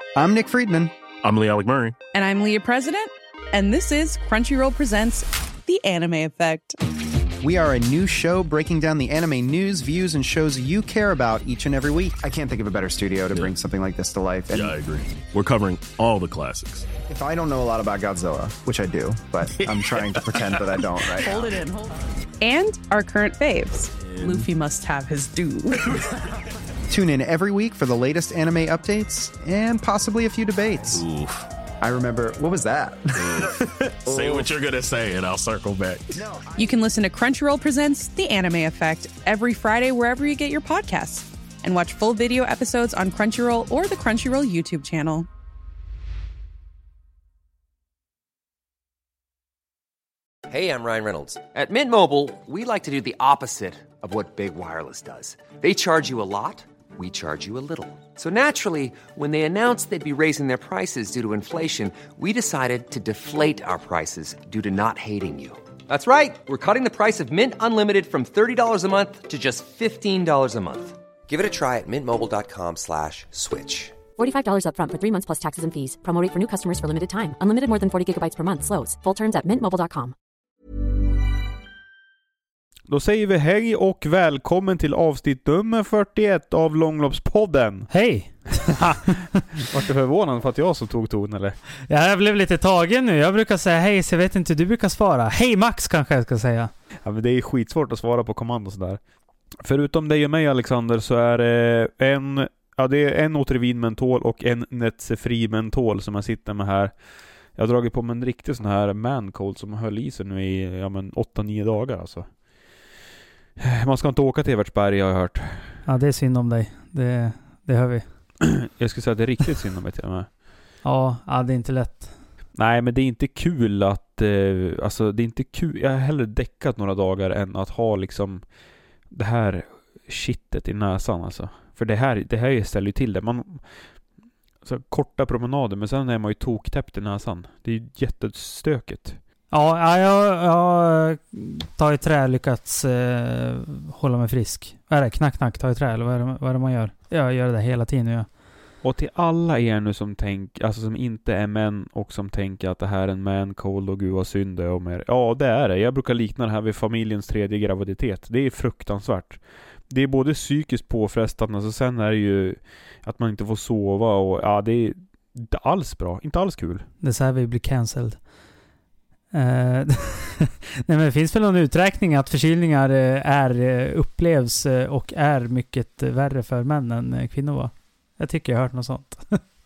I'm Nick Friedman. I'm Lee Alec Murray. And I'm Leah President. And this is Crunchyroll Presents The Anime Effect. We are a new show breaking down the anime news, views, and shows you care about each and every week. I can't think of a better studio to bring something like this to life. And I agree. We're covering all the classics. if I don't know a lot about Godzilla, which I do, but I'm trying to pretend that I don't right now. Hold it in, hold on. And our current faves. Luffy must have his due. Tune in every week for the latest anime updates and possibly a few debates. Oof. I remember, what was that? Say what you're going to say and I'll circle back. You can listen to Crunchyroll Presents The Anime Effect every Friday wherever you get your podcasts. And watch full video episodes on Crunchyroll or the Crunchyroll YouTube channel. Hey, I'm Ryan Reynolds. At Mint Mobile, we like to do the opposite of what Big Wireless does. They charge you a lot, we charge you a little. So naturally, when they announced they'd be raising their prices due to inflation, we decided to deflate our prices due to not hating you. That's right. We're cutting the price of Mint Unlimited from $30 a month to just $15 a month. Give it a try at mintmobile.com/switch. $45 up front for 3 months plus taxes and fees. Promo rate for new customers for limited time. Unlimited more than 40 gigabytes per month. Slows full terms at mintmobile.com. Då säger vi hej och välkommen till avsnitt nummer 41 av Långloppspodden. Hej! Vart du förvånad för att jag som tog ton eller? Ja, jag blev lite tagen nu. Jag brukar säga hej, så jag vet inte hur du brukar svara. Hej Max kanske jag ska säga. Ja, men det är skitsvårt att svara på kommando sådär. Förutom dig och mig, Alexander, så är det en Otrivin mentol och en Netsefri mentol som jag sitter med här. Jag har dragit på mig en riktig sån här man-cold som höll i sig nu i 8-9 dagar alltså. Man ska inte åka till Evertsberg, jag har hört. Ja, det är synd om dig. Det hör vi. Jag skulle säga att det är riktigt synd om mig till och med. Ja, det är inte lätt. Nej, men det är inte kul att... det är inte kul. Jag har hellre däckat några dagar än att ha liksom det här shitet i näsan alltså. För det här ställer ju till det. Så korta promenader, men sen är man ju toktäppt i näsan. Det är ju jättestökigt. Ja, jag tar i trä lyckats hålla mig frisk. Vad är det? Knack, ta i trä eller vad är det man gör? Jag gör det hela tiden, ja. Och till alla er nu som som inte är män och som tänker att det här är en man-cold och gud vad synd det är om er. Ja, det är det. Jag brukar likna det här vid familjens 3:e graviditet. Det är fruktansvärt. Det är både psykiskt påfrestande och sen är det ju att man inte får sova och ja, det är inte alls bra. Inte alls kul. Det är så här vi blir cancelled. Nej, men det finns väl någon uträkning att förkylningar upplevs och är mycket värre för män än kvinnor, va? Jag tycker jag har hört något sånt.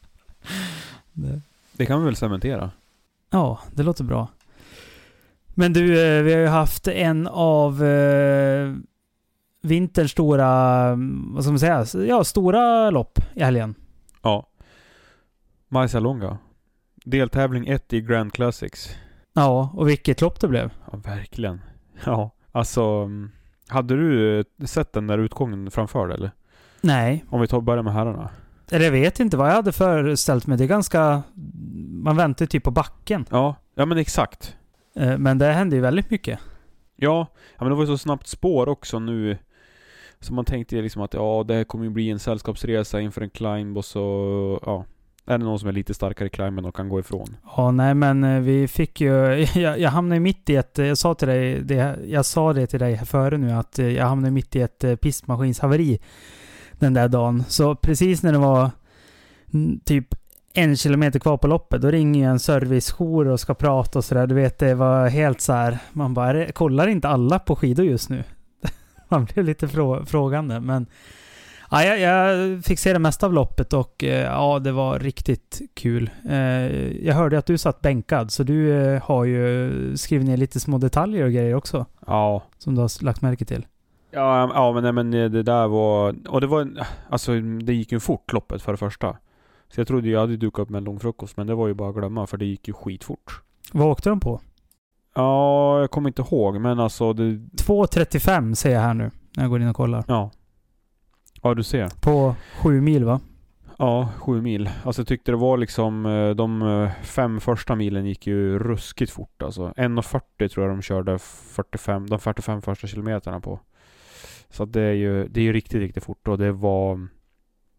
Det kan vi väl cementera. Ja, det låter bra. Men du, vi har ju haft en av vinterns stora, vad ska man säga? Ja, stora lopp i helgen. Ja. Marcialonga. Deltävling 1 i Grand Classics. Ja, och vilket lopp det blev. Ja, verkligen. Ja, alltså hade du sett den där utgången framför dig, eller? Nej. Om vi börjar med herrarna. Eller jag vet inte vad jag hade föreställt mig. Det är ganska... Man väntar typ på backen. Ja men exakt. Men det hände ju väldigt mycket. Ja, men det var ju så snabbt spår också nu. Så man tänkte liksom att det här kommer ju bli en sällskapsresa inför en climb och så... Ja. Är det någon som är lite starkare i climben och kan gå ifrån? Ja, nej, men vi fick ju... Jag hamnade mitt i ett... Jag sa det till dig här före nu att jag hamnade mitt i ett pistmaskinshaveri den där dagen. Så precis när det var typ 1 kilometer kvar på loppet, då ringer en servicejour och ska prata och sådär. Du vet, det var helt så här... Man bara, kollar inte alla på skidor just nu? Man blev lite frågande, men... Ja, jag fick se det mesta av loppet och det var riktigt kul. Jag hörde att du satt bänkad, så du har ju skrivit ner lite små detaljer och grejer också. Ja. Som du har lagt märke till. Ja, men det där var... Och det var... Alltså, det gick ju fort loppet för det första. Så jag trodde jag hade dukat upp med en lång frukost, men det var ju bara att glömma, för det gick ju skitfort. Vad åkte de på? Ja, jag kommer inte ihåg, men alltså... 2:35 säger jag här nu, när jag går in och kollar. Ja. Ja, du ser. På 7 mil, va? Ja, 7 mil. Alltså jag tyckte det var liksom... De 5 första milen gick ju ruskigt fort. Alltså 1:40 tror jag de körde de 45 första kilometerna på. Så det är ju riktigt, riktigt fort. Och det var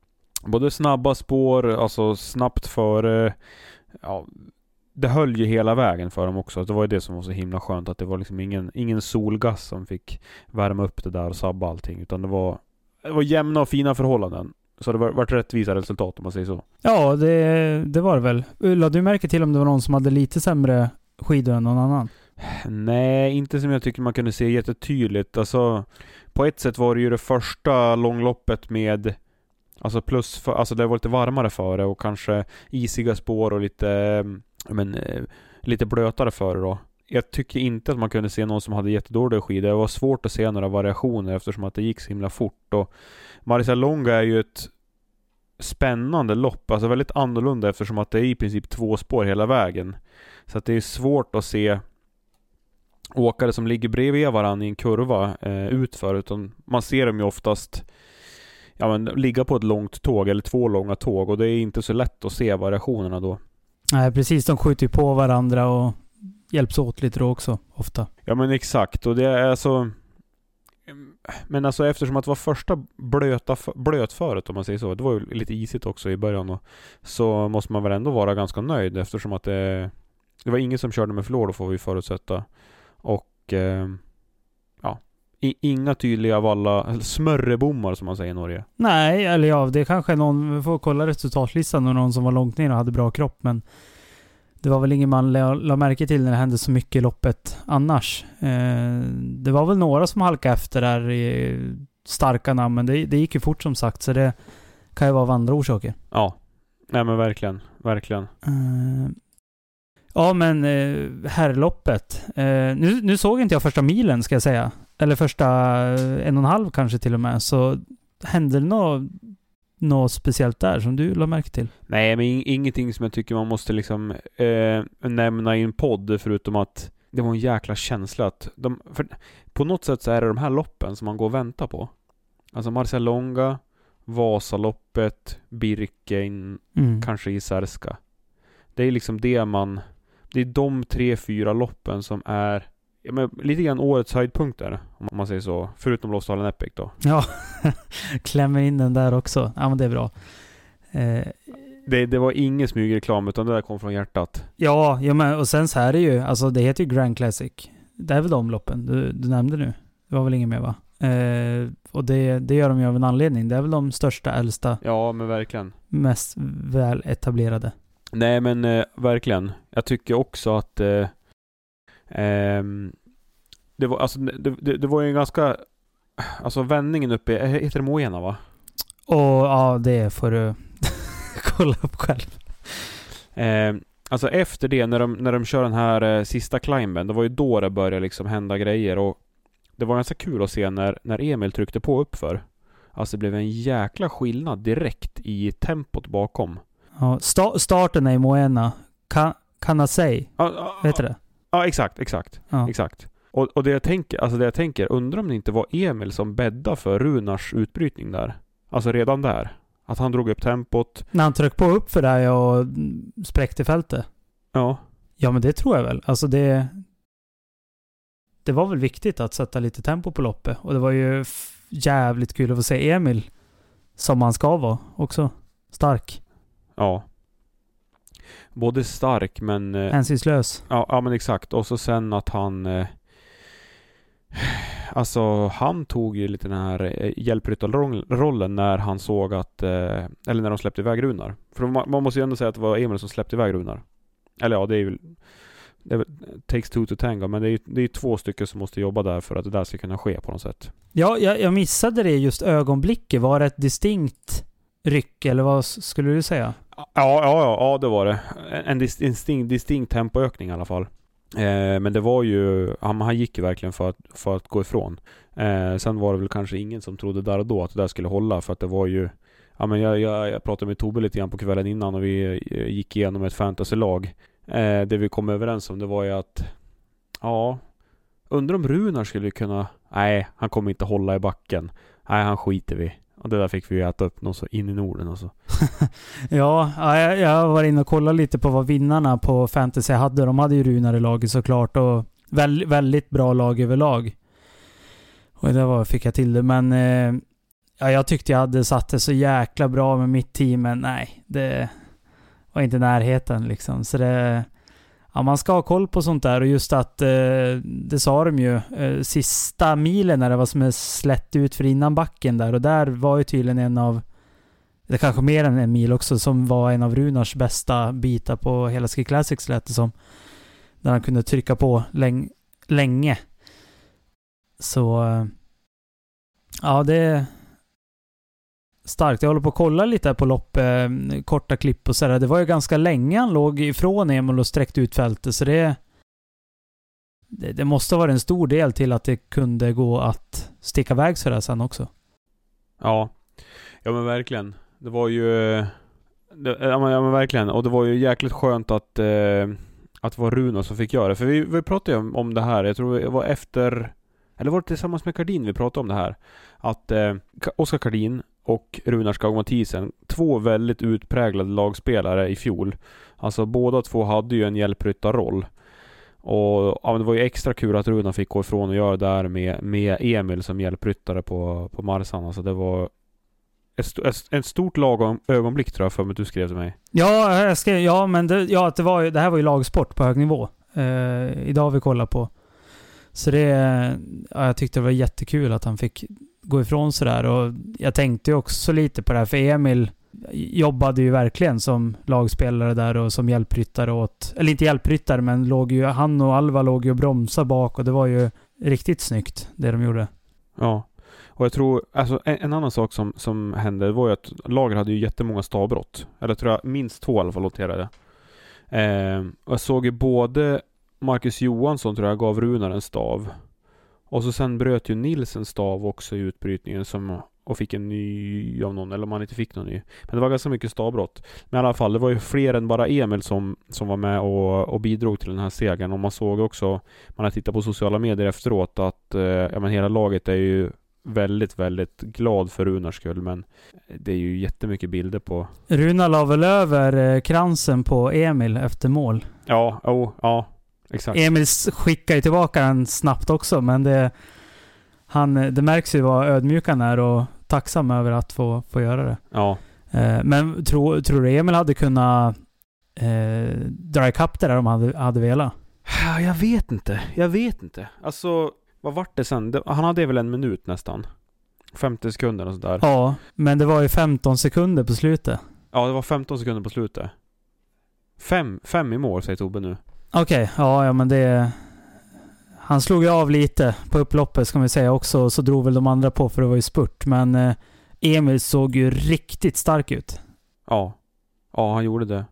både snabba spår, alltså snabbt före. Ja, det höll ju hela vägen för dem också. Det var ju det som var så himla skönt, att det var liksom ingen solgas som fick värma upp det där och sabba allting, utan det var jämna och fina förhållanden. Så det var rättvisa resultat, om man säger så. Ja, det var det väl. Ulla, du märker till om det var någon som hade lite sämre skidor än någon annan? Nej, inte som jag tycker man kunde se jättetydligt. Alltså, på ett sätt var det ju det första långloppet med alltså alltså det var lite varmare före och kanske isiga spår och lite blötare före då. Jag tycker inte att man kunde se någon som hade jättedåliga skidor. Det var svårt att se några variationer eftersom att det gick så himla fort. Och Marcialonga är ju ett spännande lopp, alltså väldigt annorlunda eftersom att det är i princip 2 spår hela vägen. Så att det är svårt att se åkare som ligger bredvid varandra i en kurva utför, utan man ser dem ju oftast ligga på ett långt tåg eller 2 långa tåg, och det är inte så lätt att se variationerna då. Nej, precis, de skjuter på varandra och hjälps åt lite då också, ofta. Ja, men exakt, och det är så. Men alltså eftersom att det var första blötföret, om man säger så, det var ju lite isigt också i början, och så måste man väl ändå vara ganska nöjd eftersom att det var ingen som körde med flår, då får vi förutsätta. Och inga tydliga smörrebommar som man säger i Norge. Nej, eller ja, det är kanske någon, vi får kolla resultatlistan, och någon som var långt ner och hade bra kropp, men det var väl ingen man la märke till när det hände så mycket i loppet annars. Det var väl några som halkade efter där i starka namn, men det gick ju fort som sagt, så det kan ju vara av andra orsaker. Ja, nej men verkligen. Ja, men herrloppet. Nu såg inte jag första milen, ska jag säga. Eller första 1,5 kanske till och med. Så hände det något speciellt där som du la märke till? Nej, men ingenting som jag tycker man måste liksom nämna i en podd, förutom att det var en jäkla känsla att för på något sätt så är det de här loppen som man går och väntar på. Alltså Marcialonga, Vasaloppet, Birken, kanske Isärska. Det är liksom det är de 3-4 loppen som är lite grann årets höjdpunkter, om man säger så, förutom Lofsdalen Epic då. Ja, klämmer in den där också. Ja, men det är bra. Det var ingen smygreklam, utan det där kom från hjärtat. Ja, men och sen så här är det ju, alltså det heter ju Grand Classic. Det är väl de loppen du nämnde nu. Det var väl ingen mer, va? Och det gör de ju av en anledning. Det är väl de största, äldsta. Ja, men verkligen. Mest väl etablerade. Nej, men verkligen. Jag tycker också att det var ju en ganska, alltså vändningen uppe, heter det Moena, va? Och ja, det får du kolla upp själv. Alltså efter det, när de kör den här sista climben, det var ju då det började liksom hända grejer, och det var ganska kul att se när Emil tryckte på uppför. Alltså det blev en jäkla skillnad direkt i tempot bakom. Ja, starten är i Moena. Kanasei. Vet du det? Ja, exakt. Ja. Exakt. Och det jag tänker, undrar om det inte var Emil som bäddade för Runars utbrytning där. Alltså redan där. Att han drog upp tempot. När han tryckte på upp för det och spräckte fältet. Ja. Ja, men det tror jag väl. Alltså det var väl viktigt att sätta lite tempo på loppet. Och det var ju jävligt kul att få se Emil som han ska vara också. Stark. Ja. Både stark men hänsynslös. Ja, men exakt. Och så sen att han alltså han tog ju lite den här hjälpryttarrollen när han såg att eller när de släppte iväg Runar. För man måste ju ändå säga att det var Emil som släppte iväg Runar. Eller ja, det är ju takes two to tango, men det är 2 stycken som måste jobba där för att det där ska kunna ske på något sätt. Ja, jag missade det just ögonblicket. Var det ett distinkt ryck, eller vad skulle du säga? Ja, det var det. En distinkt tempoökning i alla fall. Men det var ju, han gick ju verkligen för att gå ifrån. Sen var det väl kanske ingen som trodde där och då att det där skulle hålla, för att det var ju, ja, men jag pratade med Tobbe lite grann på kvällen innan, och vi gick igenom ett fantasylag. Det vi kom överens om, det var ju att undrar om Runar skulle kunna, nej, han kommer inte hålla i backen. Nej, han skiter vi. Och det där fick vi äta upp något så in i Norden alltså. Ja, jag var inne och kollade lite på vad vinnarna på fantasy hade. De hade ju Runar i laget såklart, och väldigt bra lag överlag. Och det fick jag till det. Men jag tyckte jag hade satt det så jäkla bra med mitt team, men nej, det var inte närheten liksom. Så det, ja, man ska ha koll på sånt där, och just att det sa de ju sista milen när det var som en slätt ut för innan backen där, och där var ju tydligen en av, det kanske mer än en mil också, som var en av Runars bästa bitar på hela Ski Classics, lät det som, där han kunde trycka på länge. Så ja, det är starkt. Jag håller på att kolla lite på lopp, korta klipp och sådär. Det var ju ganska länge han låg ifrån Emil och sträckte ut fältet, så det måste vara en stor del till att det kunde gå att sticka iväg så där sen också. Ja men verkligen. Det var ju ja men verkligen, och det var ju jäkligt skönt att det var Runar som fick göra det. För vi pratade ju om det här, jag tror det var efter, eller var det tillsammans med Kardin vi pratade om det här, att Oskar Kardin och Runar Skog-Mathisen, 2 väldigt utpräglade lagspelare i fjol. Alltså båda 2 hade ju en hjälpryttarroll. Och ja, det var ju extra kul att Runar fick gå ifrån och göra det där med Emil som hjälpryttare på Marsan. Alltså det var ett stort ögonblick, tror jag, för att du skrev till mig. Ja, jag skrev, ja, men det här var ju lagsport på hög nivå. Idag vi kollar på. Så jag tyckte det var jättekul att han fick gå ifrån sådär, och jag tänkte ju också lite på det här, för Emil jobbade ju verkligen som lagspelare där och som hjälpryttare åt, eller inte hjälpryttare, men han och Alva låg ju och bromsade bak, och det var ju riktigt snyggt det de gjorde. Ja. Och jag tror, alltså en annan sak som hände var ju att laget hade ju jättemånga stavbrott. Eller tror jag minst 2 i alla fall noterade. Och jag såg ju både Marcus Johansson, tror jag, gav Runar en stav. Och så sen bröt ju Nils en stav också i utbrytningen och fick en ny av någon, eller om man inte fick någon ny. Men det var ganska mycket stavbrott. Men i alla fall, det var ju fler än bara Emil som var med och bidrog till den här segern. Och man såg också, man har tittat på sociala medier efteråt, att hela laget är ju väldigt, väldigt glad för Runars skull, men det är ju jättemycket bilder på. Runar la väl över kransen på Emil efter mål. Ja, exakt. Emil skickar ju tillbaka den snabbt också, men det märks ju vad ödmjuk han är och tacksam över att få göra det. Ja. Men tror du Emil hade kunnat dra ikapp det där om han hade velat? Jag vet inte. Alltså, vad var det sen? Han hade väl 1 minut nästan. 50 sekunder och sådär. Ja, men det var ju 15 sekunder på slutet. Ja, det var 15 sekunder på slutet. 5 i mål, säger Tobbe nu. Okej, ja, men det... Han slog ju av lite på upploppet, ska vi säga också. Så drog väl de andra på, för det var ju spurt. Men Emil såg ju riktigt stark ut. Ja, han gjorde det.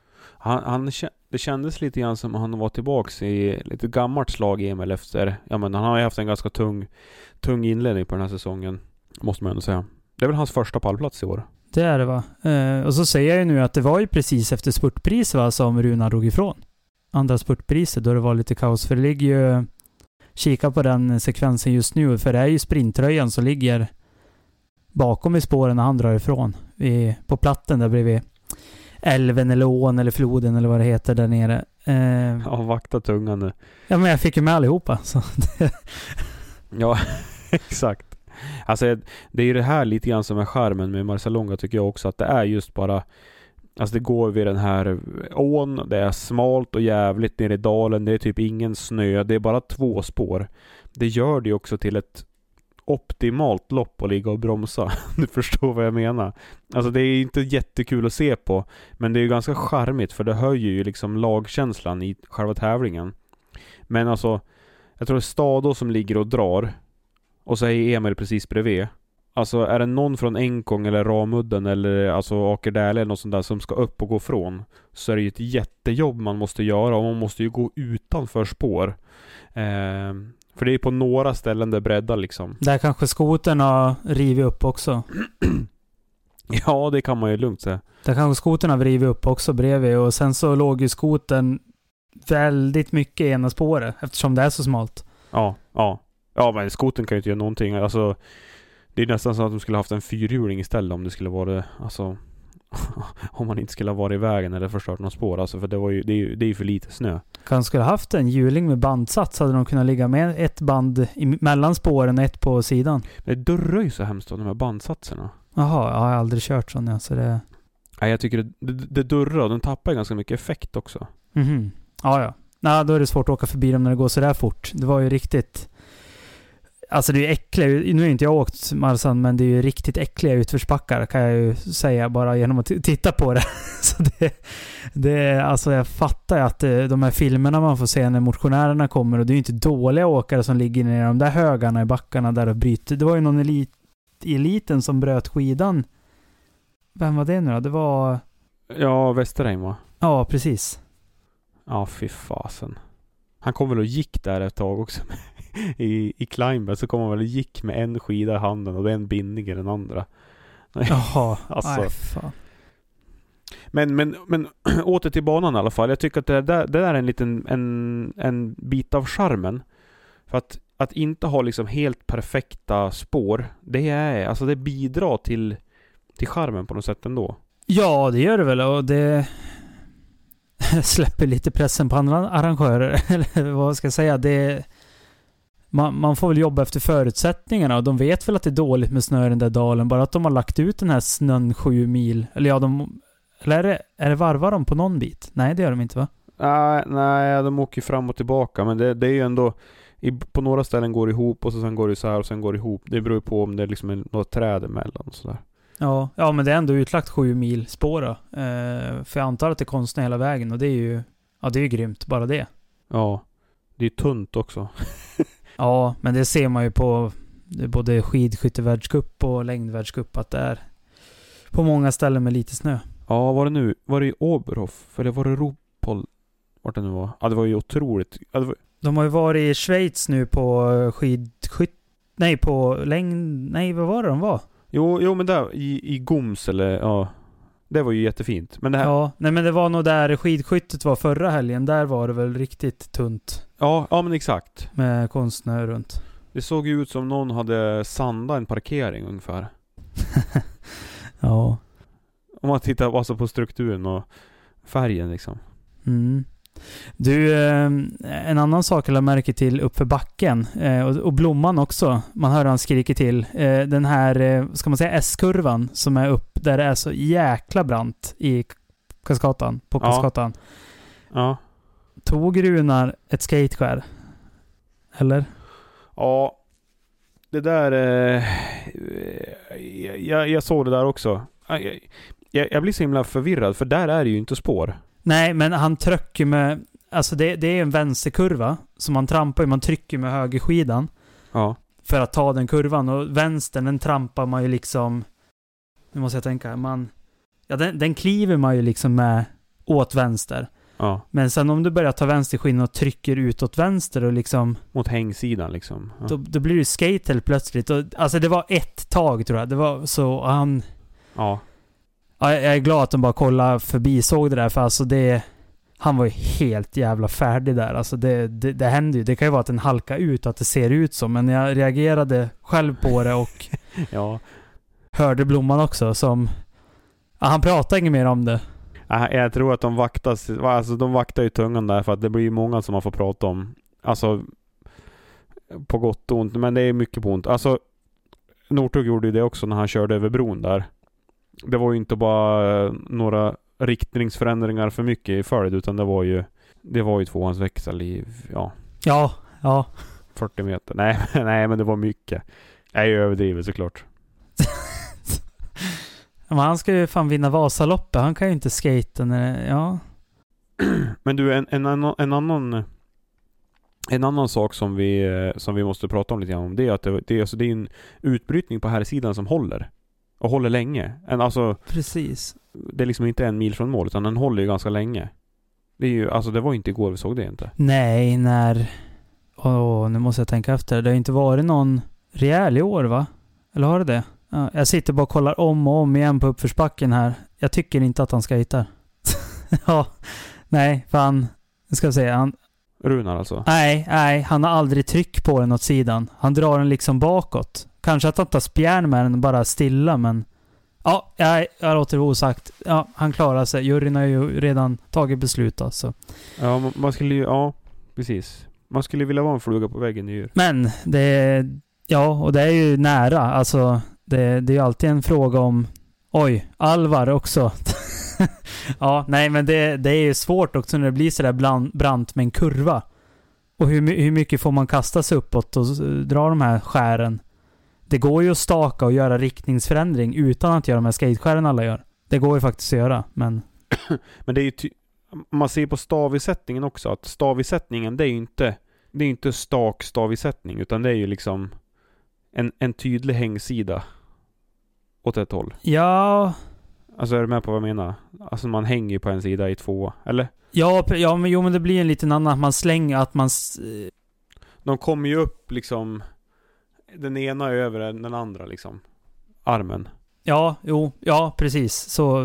Det kändes lite grann som han var tillbaks i lite gammalt slag, Emil, efter... Ja, men han har ju haft en ganska tung inledning på den här säsongen, måste man ändå säga. Det är väl hans första pallplats i år. Det är det, va? Och så säger jag ju nu att det var ju precis efter spurtpris, va, som Runar drog ifrån. Andra spurtpriset, då det var lite kaos. För det ligger ju... Kika på den sekvensen just nu, för det är ju sprintröjan som ligger bakom i spåren när han drar ifrån. På platten där bredvid älven eller ån eller floden eller vad det heter där nere. Ja, vakta tungan nu. Ja, men jag fick ju med allihopa. Så ja, exakt. Alltså det är ju det här lite grann som är charmen med Marcialonga, tycker jag också, att det är just bara... Alltså det går vid den här ån, det är smalt och jävligt nere i dalen, det är typ ingen snö, det är bara 2 spår. Det gör det också till ett optimalt lopp att ligga och bromsa. Du förstår vad jag menar. Alltså det är inte jättekul att se på, men det är ju ganska charmigt, för det höjer ju liksom lagkänslan i själva tävlingen. Men alltså, jag tror det är Stado som ligger och drar, och så är Emil precis bredvid. Alltså är det någon från Enkong eller Ramudden eller alltså Akerdäle eller något sånt där som ska upp och gå från, så är det ju ett jättejobb man måste göra, och man måste ju gå utanför spår. För det är på några ställen det breddar liksom. Där kanske skotern har rivit upp också. Ja, det kan man ju lugnt säga. Där kanske skotern har rivit upp också bredvid, och sen så låg ju skotern väldigt mycket i ena spåret eftersom det är så smalt. Ja, men skotern kan ju inte göra någonting. Alltså det är nästan så att de skulle haft en 4-hjuling istället om det skulle vara det. Alltså, om man inte skulle ha varit i vägen eller förstört någon spår. Alltså, för det är ju för lite snö. Kanske skulle ha haft en hjuling med bandsats, hade de kunnat ligga med ett band mellan spåren och ett på sidan. Det durrar ju så hemskt av de här bandsatserna. Jaha, jag har aldrig kört sån. Så det... Nej, jag tycker det durrar och den tappar ganska mycket effekt också. Mhm. Ja. Nej, då är det svårt att åka förbi dem när det går så där fort. Det var ju riktigt... Alltså det är ju äckliga... Nu har inte jag åkt Marsan, men det är ju riktigt äckliga utförsbackar kan jag ju säga bara genom att titta på det. Så det alltså jag fattar ju att de här filmerna man får se när motionärerna kommer, och det är ju inte dåliga åkare som ligger nere i de där högarna i backarna där och bryter. Det var ju någon eliten som bröt skidan. Vem var det nu då? Det var... Ja, Westerheim va? Ja, precis. Ja, fy fasen. Han kom väl och gick där ett tag också. I Climber så kom han väl och gick med en skida i handen och en bindning i den andra. Jaha, alltså. Nej, fan. Men åter till banan i alla fall. Jag tycker att det där är en liten en bit av charmen. För att inte ha liksom helt perfekta spår, det bidrar till charmen på något sätt ändå. Ja, det gör det väl, och det släpper lite pressen på andra arrangörer. Eller vad ska jag säga? Man får väl jobba efter förutsättningarna, och de vet väl att det är dåligt med snö i den där dalen. Bara att de har lagt ut den här snön 7 mil. Eller ja, eller är det varvar de på någon bit? Nej, det gör de inte va? Nej, de åker fram och tillbaka. Men det är ju ändå... På några ställen går det ihop och sen går det så här och sen går det ihop. Det beror på om det är liksom något träd emellan och sådär. Ja, men det är ändå utlagt 7 mil spår då. För jag antar att det är konstnär hela vägen, och det är ju... Ja, det är ju grymt, bara det. Ja, det är tunt också. Ja, men det ser man ju på både skidskyttevärldscup och längdvärldscup att det är på många ställen med lite snö. Ja, var det i Oberhof? Eller var det Ruhpold? Vart det nu var? Ja, det var ju otroligt. De har ju varit i Schweiz nu på Nej, på längd... Nej, vad var det de var? Jo, men där i Goms eller... Ja, det var ju jättefint. Men det här... Ja, nej men det var nog där skidskyttet var förra helgen. Där var det väl riktigt tunt. Ja men exakt. Med konstnär runt. Det såg ju ut som någon hade sandat en parkering ungefär. Ja. Om man tittar alltså på strukturen och färgen liksom. Mm. Du, en annan sak jag lade märke till uppför backen och blomman också. Man hör han skriker till. Den här, ska man säga S-kurvan som är upp där det är så jäkla brant i Kaskatan, på Kaskatan. Ja. Tog Runar ett skateskär? Eller? Ja. Det där... jag såg det där också. Jag blir så himla förvirrad, för där är det ju inte spår. Nej, men han trycker med... Alltså det är en vänsterkurva som man trampar i. Man trycker med högerskidan. Ja. För att ta den kurvan. Och vänstern, den trampar man ju liksom... Nu måste jag tänka. Den kliver man ju liksom med åt vänster. Ja. Men sen om du börjar ta vänsterskidan och trycker ut åt vänster och liksom... Mot hängsidan liksom. Ja. Då blir det skate helt plötsligt. Och, alltså det var ett tag tror jag. Det var så... Han... Ja. Ja, jag är glad att de bara kollade förbi, såg det där, för alltså han var ju helt jävla färdig där. Alltså det hände ju. Det kan ju vara att den halkar ut och att det ser ut så, men jag reagerade själv på det och ja. Hörde Blomman också som... Ja, han pratade inget mer om det. Jag tror att de vaktar ju tungan där, för att det blir ju många som man får prata om. Alltså på gott och ont, men det är mycket på ont. Alltså Northug gjorde ju det också när han körde över bron där. Det var ju inte bara några riktningsförändringar för mycket i följd, utan det var ju tvåans växel i Ja. 40 meter. Nej, men det var mycket. Jag är ju överdrivet såklart. Men han ska ju fan vinna Vasaloppet. Han kan ju inte skata när... Ja. Men du, en annan sak som vi måste prata om lite grann om, det är att det är en utbrytning på här sidan som håller. Och håller länge. Precis. Det är liksom inte 1 mil från mål, utan den håller ju ganska länge. Det är ju, alltså det var inte igår vi såg det inte. Nej, nu måste jag tänka efter. Det har inte varit någon rejäl i år, va? Eller har det? Ja, jag sitter bara och kollar om och om igen på uppförsbacken här. Jag tycker inte att han ska hitta. Ja, nej, fan. Nu ska jag säga, Runar alltså? Nej, han har aldrig tryck på den åt sidan. Han drar den liksom bakåt. Kanske att han tar spjärn med den bara stilla, men Ja, jag låter det osagt. Ja, han klarar sig. Juryn har ju redan tagit beslut alltså. Ja, man skulle ju... Ja, precis. Man skulle vilja vara en fluga på väggen i djur. Men det... Ja, och det är ju nära. Alltså, det är ju alltid en fråga om... Oj, Alvar också. Ja, nej, men det är ju svårt också när det blir sådär brant med en kurva. Och hur mycket får man kasta sig uppåt och dra de här skären? Det går ju att staka och göra riktningsförändring utan att göra de här skateskären alla gör. Det går ju faktiskt att göra, men... Men det är ju... Man ser på stavisättningen också, att stavisättningen, det är ju inte stak stavisättning, utan det är ju liksom en tydlig hängsida åt ett håll. Ja... Alltså är du med på vad jag menar? Alltså man hänger ju på en sida i 2, eller? Ja, men det blir en liten annan, att man slänger, att man... De kommer ju upp liksom, den ena över den andra liksom. Armen. Ja, precis.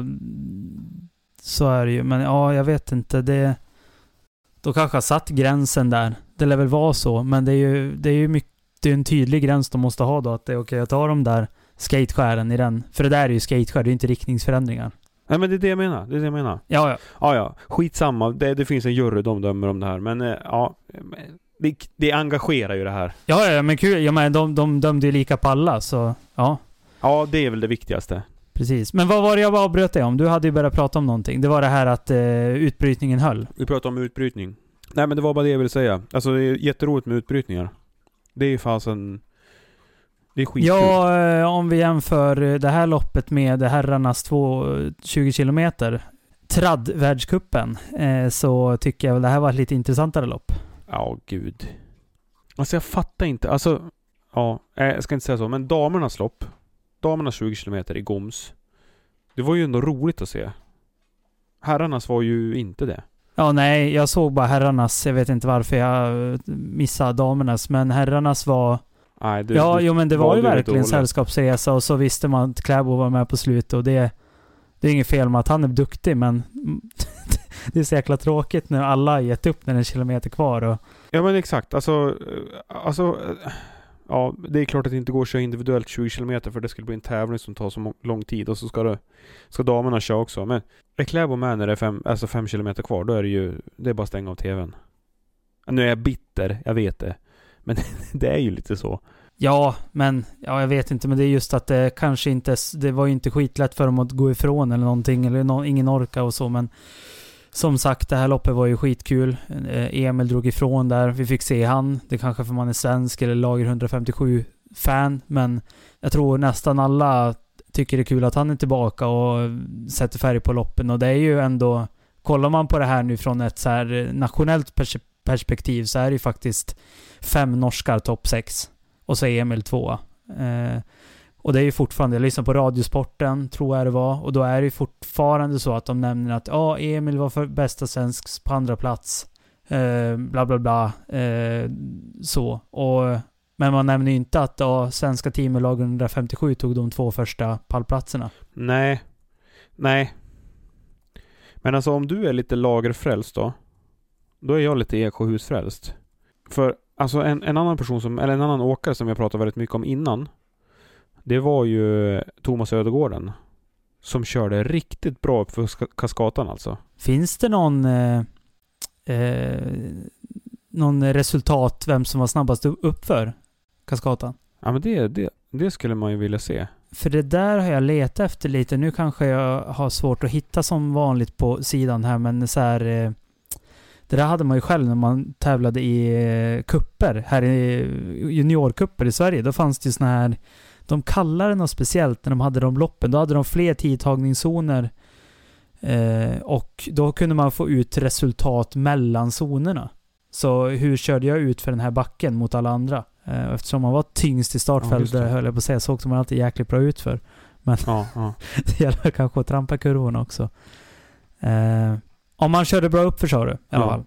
Så är det ju. Men ja, jag vet inte. Då kanske har satt gränsen där. Det lär väl vara så. Men det är ju mycket, det är en tydlig gräns de måste ha då. Att det är okej att ta de där skateskären i den. För det där är ju skateskär, det är inte riktningsförändringar. Nej, men det är det jag menar. Ja. Skitsamma. Det finns en jury, de dömer om det här. Men ja, det engagerar ju det här. Ja, men kul. Ja, men de dömde ju lika på alla, så ja. Ja, det är väl det viktigaste. Precis. Men vad var det jag avbröt dig om? Du hade ju börjat prata om någonting. Det var det här att utbrytningen höll. Vi pratade om utbrytning. Nej, men det var bara det jag ville säga. Alltså det är jätteroligt med utbrytningar. Det är ju fasen... Det är skitkul. Ja, om vi jämför det här loppet med herrarnas 20 kilometer tradd-världscupen, så tycker jag väl det här var ett lite intressantare lopp. Ja, gud. Alltså jag fattar inte. Alltså, ja, jag ska inte säga så, men damernas lopp, damernas 20 kilometer i Goms, det var ju ändå roligt att se. Herrarnas var ju inte det. Ja, nej, jag såg bara herrarnas. Jag vet inte varför jag missade damernas, men herrarnas var... Nej, men det var ju verkligen sällskapsresa, och så visste man att Kläbo var med på slutet, och det är inget fel med att han är duktig, men det är så jäkla tråkigt när alla har gett upp när det är en kilometer kvar. Och... Ja, men exakt. Alltså, ja, det är klart att det inte går att köra individuellt 20 kilometer, för det skulle bli en tävling som tar så lång tid, och så ska damerna köra också. Men är Kläbo med när det är 5 kilometer kvar, då är det är bara att stänga av tvn. Nu är jag bitter, jag vet det. Men det är ju lite så. Ja, men jag vet inte, men det är just att det kanske inte, det var ju inte skitlätt för dem att gå ifrån eller någonting, eller ingen orka och så, men som sagt, det här loppet var ju skitkul. Emil drog ifrån där, vi fick se han, det kanske för man är svensk eller lager 157 fan, men jag tror nästan alla tycker det är kul att han är tillbaka och sätter färg på loppen, och det är ju ändå, kollar man på det här nu från ett så här nationellt perspektiv, så är det ju faktiskt 5 norskar topp 6 och så är Emil 2. Och det är ju fortfarande, jag lyssnar på Radiosporten tror jag det var, och då är det ju fortfarande så att de nämner att Emil var för bästa svensk på andra plats, bla bla bla, så. Men man nämner ju inte att svenska team i lag 157 tog de 2 första pallplatserna. Nej. Men alltså om du är lite lagerfrälst då är jag lite Eksjöhusfrälst. För alltså en annan person en annan åkare som jag pratade väldigt mycket om innan, det var ju Thomas Ödegården, som körde riktigt bra upp för Kaskatan alltså. Finns det någon resultat vem som var snabbast upp för Kaskatan? Ja, men det skulle man ju vilja se. För det där har jag letat efter lite. Nu kanske jag har svårt att hitta som vanligt på sidan här, men så här, det där hade man ju själv när man tävlade i kupper här i juniorkupper i Sverige. Då fanns det ju såna här, de kallar det något speciellt när de hade de loppen. Då hade de fler tidtagningszoner, och då kunde man få ut resultat mellan zonerna. Så hur körde jag ut för den här backen mot alla andra? Eftersom man var tyngst i startfältet, höll jag på att säga, så också man alltid jäkligt bra ut för. Men det gäller kanske att trampa kurvorna också. Om man körde bra upp för, sa du, i alla fall.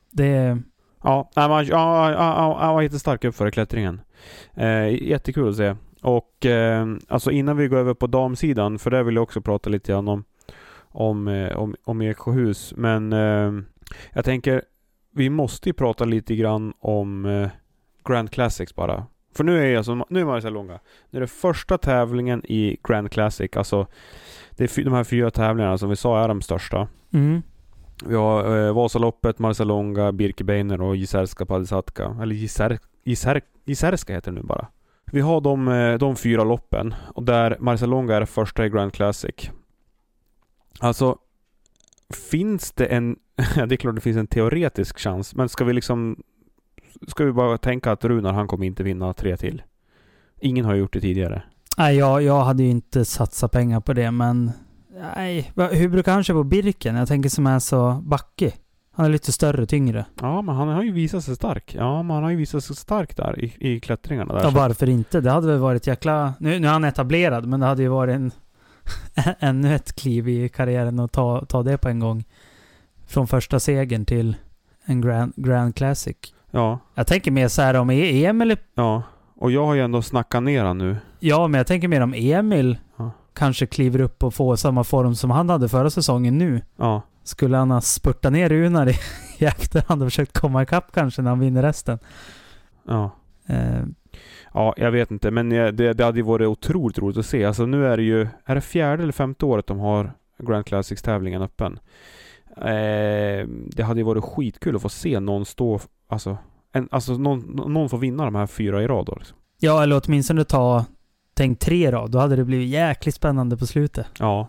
Han var jättestark upp för klättringen. Jättekul att se. Och alltså innan vi går över på damsidan, för där vill jag också prata lite grann om Eksjöhus. Men jag tänker, vi måste ju prata lite grann om Grand Classics bara. För nu är Marcialonga. Nu är det första tävlingen i Grand Classic. Alltså, det är de här 4 tävlingarna som vi sa är de största. Mm. Vi har Vasaloppet, Marcialonga, Birkebeiner och Jizerska Padisatka. Eller Jizerska heter det nu bara. Vi har de 4 loppen. Och där Marcialonga är det första i Grand Classic. Alltså, finns det en... det är klart det finns en teoretisk chans. Men ska vi bara tänka att Runar, han kommer inte vinna 3 till. Ingen har gjort det tidigare. Nej, jag hade ju inte satsat pengar på det, men... Nej, hur brukar han köra på Birken? Jag tänker som är så backig. Han är lite större, tyngre. Ja, men han har ju visat sig stark. Där i klättringarna. Där, ja, varför inte? Det hade väl varit jäkla... Nu är han etablerad, men det hade ju varit ännu ett kliv i karriären att ta det på en gång. Från första segern till en Grand Classic. Ja. Jag tänker mer så här om Emil... Ja, och jag har ju ändå snackat ner han nu. Ja, men jag tänker mer om Emil kanske kliver upp och får samma form som han hade förra säsongen nu. Ja. Skulle han ha spurtat ner Runar i efterhand och försökt komma ikapp kanske när han vinner resten? Ja. Ja, jag vet inte. Men det hade ju varit otroligt roligt att se. Alltså nu är det ju... Är det 4:e eller 5:e året de har Grand Classics-tävlingen öppen? Det hade ju varit skitkul att få se någon stå... någon får vinna de här 4 i rad då, liksom. Ja, eller åtminstone tänk 3 rad. Då hade det blivit jäkligt spännande på slutet.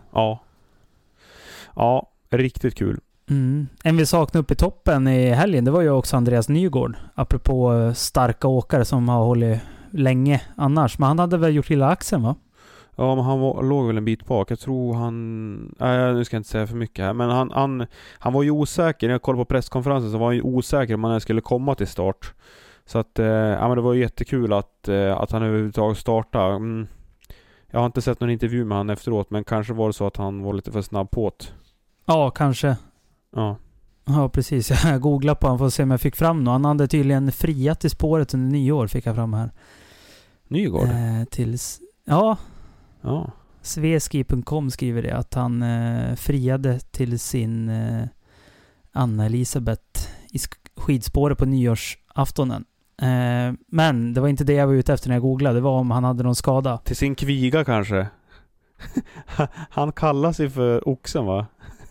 Ja, riktigt kul. En vi saknade upp i toppen i helgen, det var ju också Andreas Nygård. Apropå starka åkare som har hållit länge annars. Men han hade väl gjort hela axeln, va? Ja, men han låg väl en bit bak. Jag tror nu ska jag inte säga för mycket här. Men han var ju osäker. När jag kollade på presskonferensen så var han ju osäker om han skulle komma till start. Så att, men det var jättekul att han överhuvudtaget startade. Jag har inte sett någon intervju med han efteråt, men kanske var det så att han var lite för snabb på det. Ja, kanske. Ja, precis. Jag googlade på honom för att se om jag fick fram något. Han hade tydligen friat i spåret under 9 år, fick jag fram här. Nygård? Ja. Sveski.com skriver det, att han friade till sin Anna Elisabeth i skidspåret på nyårsaftonen. Men det var inte det jag var ute efter när jag googlade. Det var om han hade någon skada. Till sin kviga kanske. Han kallar sig för Oxen, va?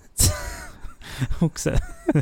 Oxe.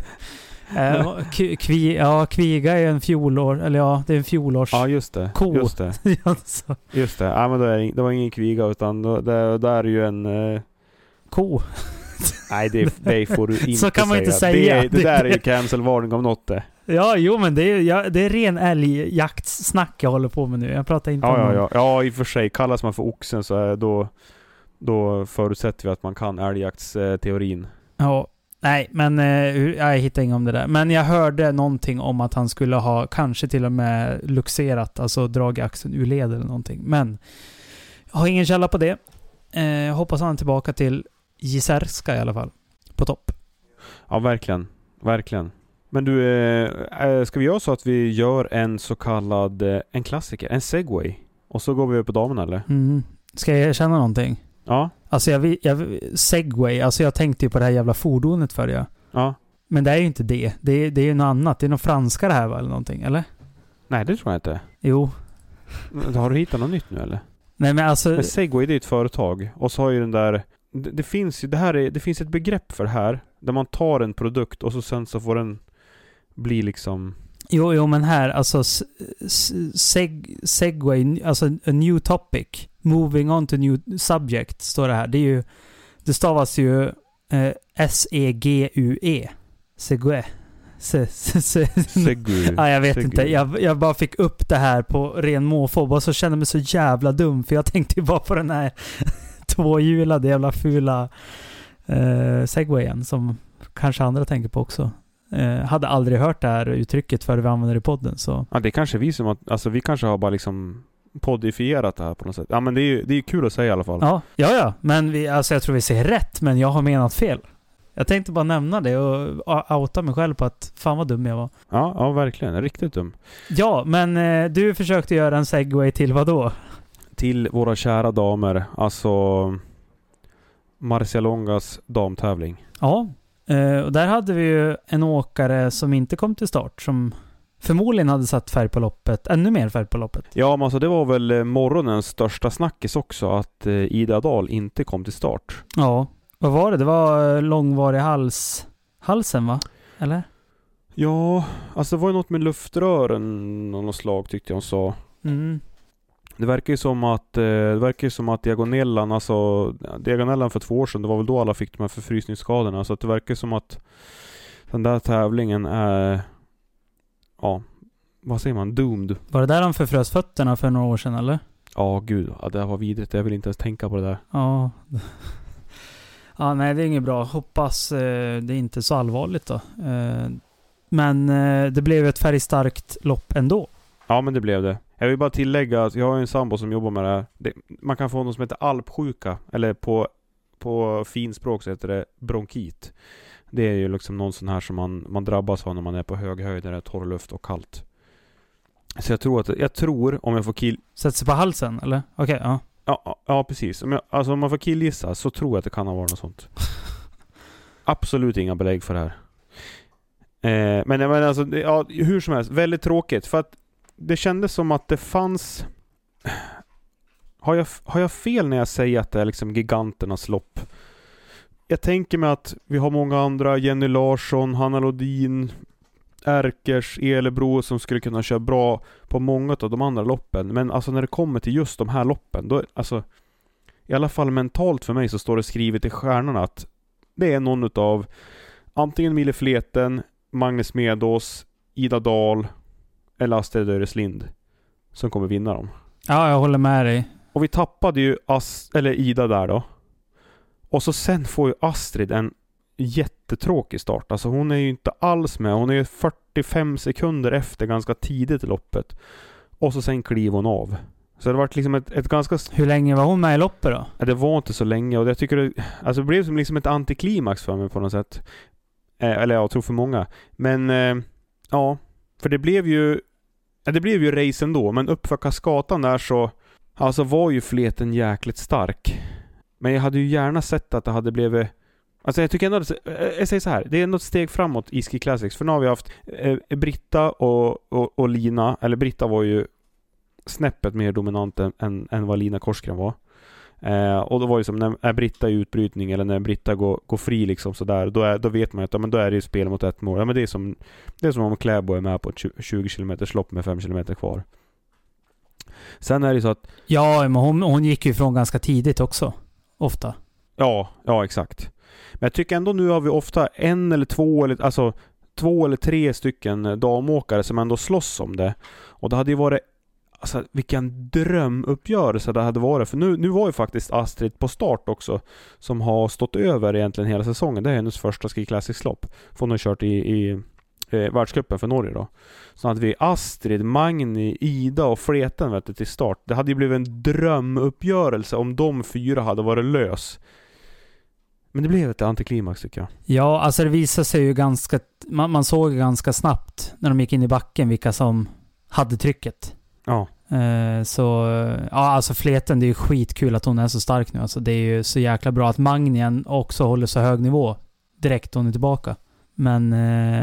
Kviga är en fjolår. Eller ja, det är en fjolårs. Ja, just det. Ko. Just det. Just det. Ja, men det var ingen kviga, utan det är ju en... Ko. Nej, det får du inte säga. Så kan man inte säga. Det där är ju cancelvarning om något det. Ja, jo, men det är ren älgjaktsnack jag håller på med nu. Jag pratar inte om... Ja, i och för sig. Kallas man för Oxen så är då förutsätter vi att man kan älgjaktsteorin. Ja, nej, men jag hittar inget om det där. Men jag hörde någonting om att han skulle ha kanske till och med luxerat, alltså dragit axeln ur led eller någonting. Men jag har ingen källa på det. Jag hoppas han är tillbaka till Jizerska i alla fall. På topp. Ja, verkligen. Verkligen. Men du, ska vi göra så att vi gör en så kallad en klassiker, en segway, och så går vi upp på damen, eller? Ska jag erkänna någonting? Ja. Alltså segway, alltså jag tänkte ju på det här jävla fordonet för det. Ja. Men det är ju inte det. Det är ju något annat. Det är något franska det här, va, eller någonting, eller? Nej, det tror jag inte. Jo. Har du hittat något nytt nu, eller? Nej, men alltså... Men segway, det är ett företag. Och så har ju den där... Det finns ett begrepp för det här. Där man tar en produkt och så sen så får den bli liksom... Jo, men här, alltså segway, alltså a new topic, moving on to new subject, står det här. Det stavas ju S-E-G-U-E. Segway. Ja, jag vet inte. Jag bara fick upp det här på ren måfå och så kände mig så jävla dum, för jag tänkte ju bara på den här tvåhjulade jävla fula segwayen som kanske andra tänker på också. Hade aldrig hört det här uttrycket för vi använder det i podden, så. Ja, det kanske vi som att, alltså vi kanske har bara liksom poddifierat det här på något sätt. Ja, men det är ju kul att säga i alla fall. Ja, men jag tror vi säger rätt, men jag har menat fel. Jag tänkte bara nämna det och outa mig själv på att fan vad dum jag var. Ja, verkligen. Riktigt dum. Ja, men du försökte göra en segway till vad då? Till våra kära damer, alltså Marcialongas damtävling. Ja, och där hade vi ju en åkare som inte kom till start, som förmodligen hade satt färg på loppet, ännu mer färg på loppet. Ja, men alltså det var väl morgonens största snackis också att Ida Dahl inte kom till start. Ja, vad var det? Det var långvarig halsen va? Eller? Ja, alltså det var ju något med luftrören av något slag tyckte jag hon sa. Mm. Det verkar ju som att diagonellan för 2 år sedan, det var väl då alla fick de här förfrysningsskadorna, så att det verkar som att den där tävlingen är, ja, vad säger man, doomed. Var det där de förfrös fötterna för några år sedan eller? Ja, gud, ja, det var vidrigt. Jag vill inte ens tänka på det där. Ja. Ja, nej, det är inget bra. Hoppas det är inte så allvarligt då. Men det blev ett färgstarkt lopp ändå. Ja, men det blev det. Jag vill bara tillägga att jag har en sambo som jobbar med det här. Man kan få något som heter alpsjuka, eller på finspråk så heter det bronkit. Det är ju liksom någon sån här som man drabbas av när man är på hög höjd där det är torr luft och kallt. Så jag tror om jag får sätter sig på halsen eller? Okej, ja. Ja, precis. Om man får killgissa så tror jag att det kan ha varit något sånt. Absolut inga belägg för det här. Men alltså, ja, hur som helst, väldigt tråkigt. För att det kändes som att det fanns... Har jag fel när jag säger att det är liksom giganternas lopp? Jag tänker mig att vi har många andra, Jenny Larsson, Hanna Lodin, Erkers, Elebro som skulle kunna köra bra på många av de andra loppen. Men alltså när det kommer till just de här loppen, då, alltså, i alla fall mentalt för mig så står det skrivet i stjärnorna att det är någon av antingen Mille Fleten, Magnus Medås, Ida Dahl eller Astrid Öreslind som kommer vinna dem. Ja, jag håller med dig. Och vi tappade ju Ida där då. Och så sen får ju Astrid en jättetråkig start. Alltså hon är ju inte alls med. Hon är ju 45 sekunder efter ganska tidigt i loppet. Och så sen kliver hon av. Så det var liksom ett ganska... Hur länge var hon med i loppet då? Ja, det var inte så länge. Och jag tycker det blev som liksom ett antiklimax för mig på något sätt. Eller jag tror för många. Men ja, för det blev ju race ändå. Men uppför Kaskatan där så alltså var ju Fleten jäkligt stark. Men jag hade ju gärna sett att det hade blivit... Alltså jag tycker ändå att... Jag säger så här. Det är ändå ett steg framåt i Ski Classics. För nu har vi haft Britta och Lina. Eller Britta var ju snäppet mer dominant än vad Lina Korsgren var. Och då var det som när Britta är utbrytning eller när Britta går fri liksom sådär. Då vet man att men då är det ju spel mot ett mål. Ja, men det är som om Kläbo är med på ett 20 km lopp med 5 km kvar. Sen är det så att... Ja, men hon gick ju ifrån ganska tidigt också. Ofta. Ja, exakt. Men jag tycker ändå nu har vi ofta 1 eller 2 eller alltså 2 eller 3 stycken damåkare som ändå slåss om det. Och det hade ju varit alltså vilken drömuppgörelse det hade varit. För nu var ju faktiskt Astrid på start också som har stått över egentligen hela säsongen. Det är hennes första Ski Classics-lopp. För hon har kört i världscupen för Norge då. Så hade vi Astrid, Magni, Ida och Fleten till start. Det hade ju blivit en drömuppgörelse om de 4 hade varit lös. Men det blev ett antiklimax tycker jag. Ja, alltså det visade sig ju ganska... Man såg ganska snabbt när de gick in i backen vilka som hade trycket. Ja. Så ja, alltså Fleten, det är ju skitkul att hon är så stark nu. Alltså det är ju så jäkla bra att Magnien också håller så hög nivå direkt hon är tillbaka. Men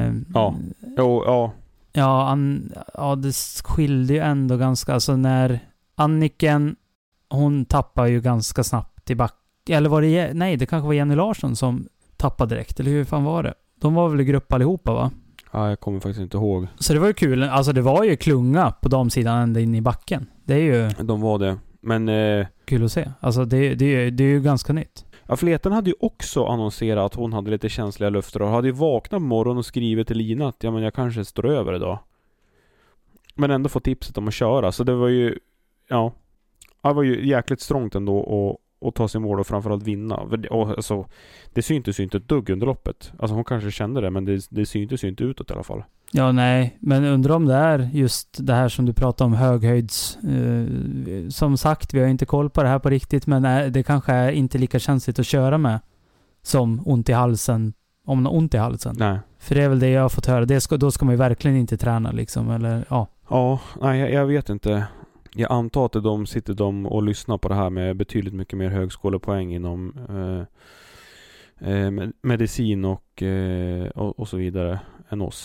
ja, det skilde ju ändå ganska, alltså när Anniken, hon tappar ju ganska snabbt i back. Eller var det, nej, det kanske var Jenny Larsson som tappade direkt, eller hur fan var det? De var väl i grupp allihopa, va? Ja, jag kommer faktiskt inte ihåg. Så det var ju kul, alltså det var ju klunga på de sidan ända in i backen. Det är ju... De var det, men... Kul att se, alltså det är ju ganska nytt. Ja, Fleten hade ju också annonserat att hon hade lite känsliga lufter och hade ju vaknat på morgonen och skrivit till Lina att jag kanske står över idag. Men ändå få tipset om att köra. Så det var ju det var ju jäkligt strångt ändå att ta sig mål och framförallt vinna. Och alltså, det syntes ju inte ett dugg under loppet. Alltså hon kanske kände det, men det syntes ju inte utåt i alla fall. Ja, nej. Men undrar om det är just det här som du pratar om, höghöjds... som sagt, vi har inte koll på det här på riktigt, men det kanske är inte lika känsligt att köra med som ont i halsen, om man har ont i halsen. Nej. För det är väl det jag har fått höra. Då ska man ju verkligen inte träna liksom, eller ja. Ja, nej, jag vet inte. Jag antar att de sitter och lyssnar på det här med betydligt mycket mer högskolepoäng inom medicin och så vidare än oss.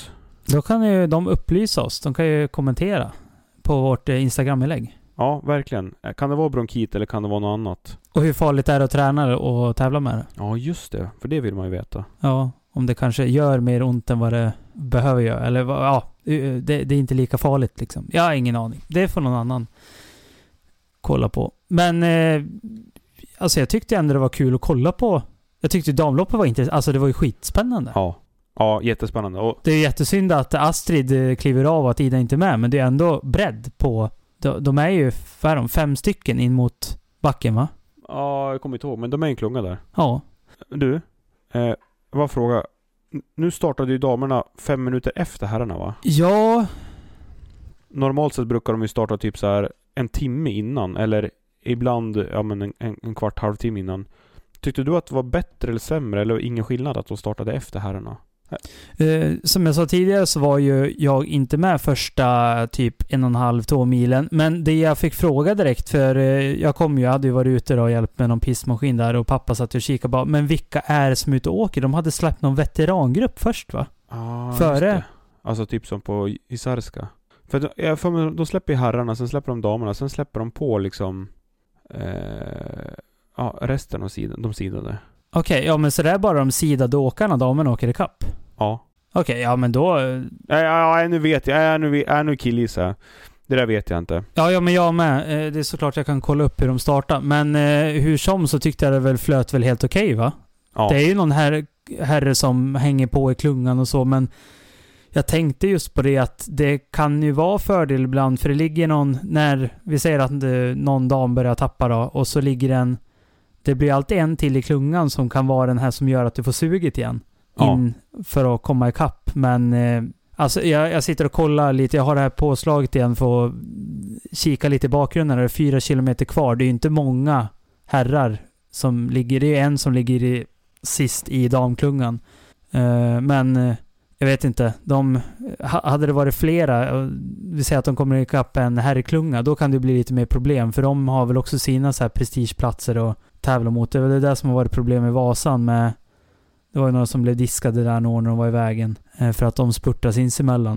Då kan ju de upplysa oss. De kan ju kommentera på vårt Instagram-inlägg. Ja, verkligen. Kan det vara bronkit eller kan det vara något annat? Och hur farligt är det att träna och tävla med det? Ja, just det. För det vill man ju veta. Ja, om det kanske gör mer ont än vad det behöver göra. Eller ja, det är inte lika farligt liksom. Jag har ingen aning. Det får någon annan kolla på. Men alltså jag tyckte ändå det var kul att kolla på. Jag tyckte damloppet var intressant. Alltså det var ju skitspännande. Ja, jättespännande. Och det är jättesynd att Astrid kliver av och att Ida inte är med. Men det är ändå bredd på... De är ju 5 stycken in mot backen, va? Ja, jag kommer inte ihåg. Men de är en klunga där. Ja. Du, vad fråga. Nu startade ju damerna 5 minuter efter herrarna, va? Ja. Normalt sett brukar de ju starta typ så här en timme innan. Eller ibland en kvart, halvtimme innan. Tyckte du att det var bättre eller sämre? Eller ingen skillnad att de startade efter herrarna? Som jag sa tidigare så var ju jag inte med första typ 1,5-2 milen. Men det jag fick fråga direkt, för jag hade ju varit ute och hjälpt med någon pissmaskin där och pappa satt och kikade bara, men vilka är det som är ute och åker? De hade släppt någon veterangrupp först, va? Före. Alltså typ som på Isarska. För de släpper ju herrarna, sen släpper de damerna, sen släpper de på liksom resten av de sidade. Okej, ja men så det är bara de sidade åkarna damerna åker i kapp. Ja. Okej, ja men då... Ja, nu vet jag. Nu killgissar. Det där vet jag inte. Ja, men jag med. Det är såklart jag kan kolla upp hur de startar. Men hur som så tyckte jag det väl flöt väl helt okej, va? Ja. Det är ju någon herre som hänger på i klungan och så, men jag tänkte just på det att det kan ju vara fördel ibland, för det ligger någon, när vi säger att någon dam börjar tappa då, och så ligger det blir alltid en till i klungan som kan vara den här som gör att du får suget igen. In för att komma ikapp. Men alltså jag sitter och kollar lite. Jag har det här påslaget igen för att kika lite i bakgrunden. Det är 4 kilometer kvar. Det är ju inte många herrar som ligger. Det är en som ligger sist i damklungan. Men jag vet inte. Hade det varit flera, vi säger att de kommer ikapp en herrklunga, då kan det bli lite mer problem. För de har väl också sina så här prestigeplatser och tävla mot. Det är väl det där som har varit problem med Vasan med. Det var ju några som blev diskade där när de var i vägen. För att de spurtar sinsemellan.